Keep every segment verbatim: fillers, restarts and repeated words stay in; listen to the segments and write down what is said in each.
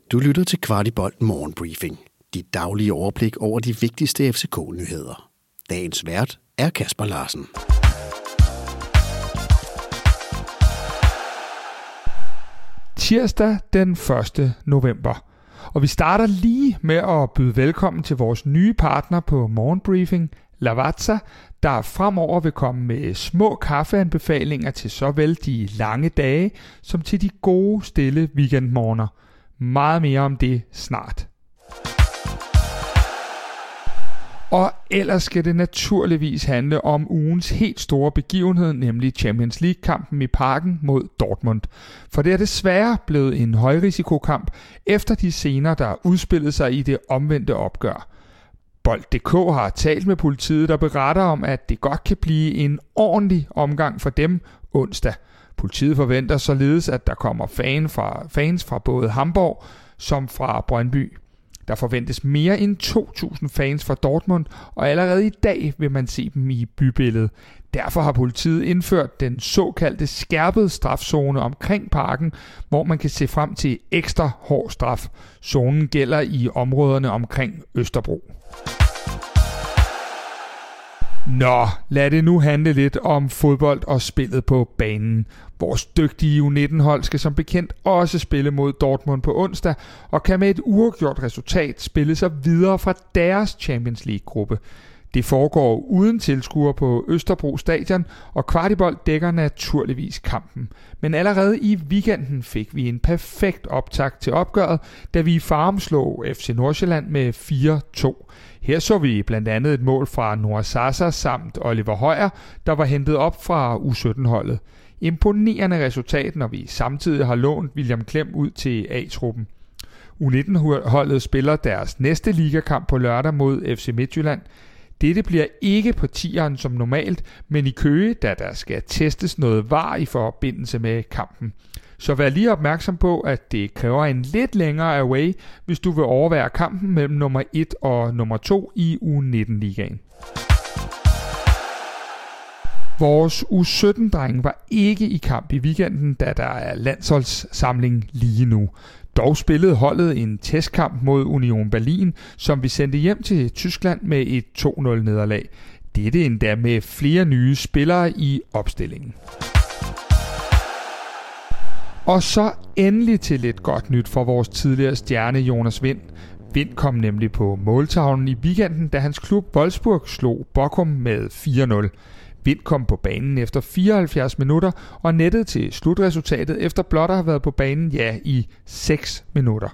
Du lytter til Kvartibolt Morgenbriefing. Dit daglige overblik over de vigtigste F C K-nyheder. Dagens vært er Kasper Larsen. Tirsdag den første november. Og vi starter lige med at byde velkommen til vores nye partner på Morgenbriefing, Lavazza, der fremover vil komme med små kaffeanbefalinger til såvel de lange dage som til de gode, stille weekendmorgener. Meget mere om det snart. Og ellers skal det naturligvis handle om ugens helt store begivenhed, nemlig Champions League-kampen i Parken mod Dortmund. For det er desværre blevet en højrisikokamp efter de scener, der udspillede sig i det omvendte opgør. Bold punktum d k har talt med politiet, der beretter om, at det godt kan blive en ordentlig omgang for dem onsdag. Politiet forventer således, at der kommer fan fra, fans fra både Hamburg som fra Brøndby. Der forventes mere end to tusind fans fra Dortmund, og allerede i dag vil man se dem i bybilledet. Derfor har politiet indført den såkaldte skærpede strafzone omkring parken, hvor man kan se frem til ekstra hård straf. Zonen gælder i områderne omkring Østerbro. Nå, lad det nu handle lidt om fodbold og spillet på banen. Vores dygtige U nitten-hold skal som bekendt også spille mod Dortmund på onsdag, og kan med et uafgjort resultat spille sig videre fra deres Champions League-gruppe. Det foregår uden tilskuere på Østerbro Stadion, og Kvartibolt dækker naturligvis kampen. Men allerede i weekenden fik vi en perfekt optakt til opgøret, da vi i Farum slog F C Nordsjælland med fire to. Her så vi blandt andet et mål fra Noah Sasa samt Oliver Højer, der var hentet op fra U sytten-holdet. Imponerende resultat, når vi samtidig har lånt William Klem ud til A-truppen. U nitten-holdet spiller deres næste ligakamp på lørdag mod F C Midtjylland. Dette bliver ikke på tieren som normalt, men i Køge, da der skal testes noget var i forbindelse med kampen. Så vær lige opmærksom på, at det kræver en lidt længere away, hvis du vil overvære kampen mellem nummer et og nummer to i U nitten-ligaen. Vores U sytten-drenge var ikke i kamp i weekenden, da der er landsholdssamling lige nu. Dog spillede holdet en testkamp mod Union Berlin, som vi sendte hjem til Tyskland med et to nul nederlag. Dette endda med flere nye spillere i opstillingen. Og så endelig til lidt godt nyt for vores tidligere stjerne Jonas Wind. Wind kom nemlig på måltavlen i weekenden, da hans klub Wolfsburg slog Bochum med fire nul. Wind kom på banen efter fireoghalvfjerds minutter og nettede til slutresultatet efter blot at have været på banen ja i seks minutter.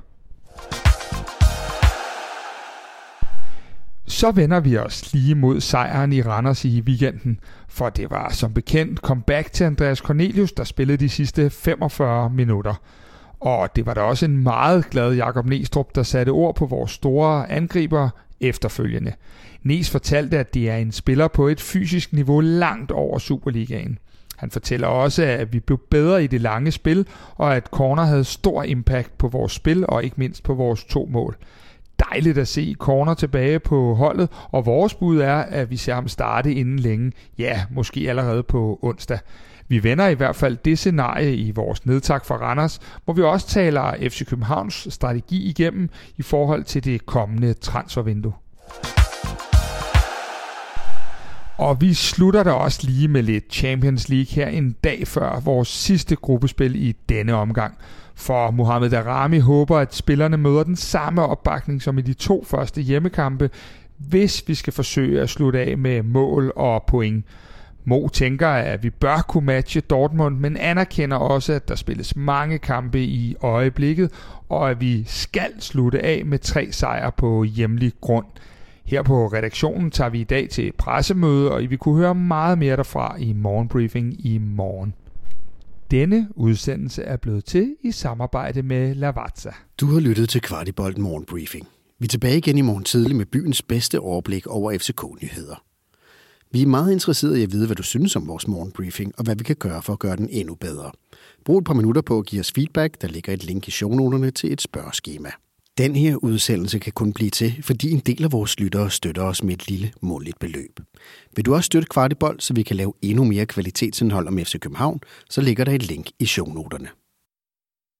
Så vender vi os lige mod sejren i Randers i weekenden, for det var som bekendt comeback til Andreas Cornelius, der spillede de sidste femogfyrre minutter. Og det var da også en meget glad Jakob Næstrup, der satte ord på vores store angriber efterfølgende. Næs fortalte, at det er en spiller på et fysisk niveau langt over Superligaen. Han fortæller også, at vi blev bedre i det lange spil, og at corner havde stor impact på vores spil og ikke mindst på vores to mål. Dejligt at se corner tilbage på holdet, og vores bud er, at vi ser ham starte inden længe. Ja, måske allerede på onsdag. Vi vender i hvert fald det scenarie i vores nedtak fra Randers, hvor vi også taler F C Københavns strategi igennem i forhold til det kommende transfervindue. Og vi slutter da også lige med lidt Champions League her en dag før vores sidste gruppespil i denne omgang. For Mohamed Daramy håber, at spillerne møder den samme opbakning som i de to første hjemmekampe, hvis vi skal forsøge at slutte af med mål og point. Mo tænker, at vi bør kunne matche Dortmund, men anerkender også, at der spilles mange kampe i øjeblikket, og at vi skal slutte af med tre sejre på hjemlig grund. Her på redaktionen tager vi i dag til pressemøde, og I vil kunne høre meget mere derfra i Morgenbriefing i morgen. Denne udsendelse er blevet til i samarbejde med Lavazza. Du har lyttet til Kvartibolt Morgenbriefing. Vi er tilbage igen i morgen tidlig med byens bedste overblik over F C K-nyheder. Vi er meget interesserede i at vide, hvad du synes om vores morgenbriefing, og hvad vi kan gøre for at gøre den endnu bedre. Brug et par minutter på at give os feedback. Der ligger et link i shownoterne til et spørgeskema. Den her udsendelse kan kun blive til, fordi en del af vores lyttere støtter os med et lille månedligt beløb. Vil du også støtte Kvartibolt, så vi kan lave endnu mere kvalitetsindhold om F C København, så ligger der et link i shownoterne.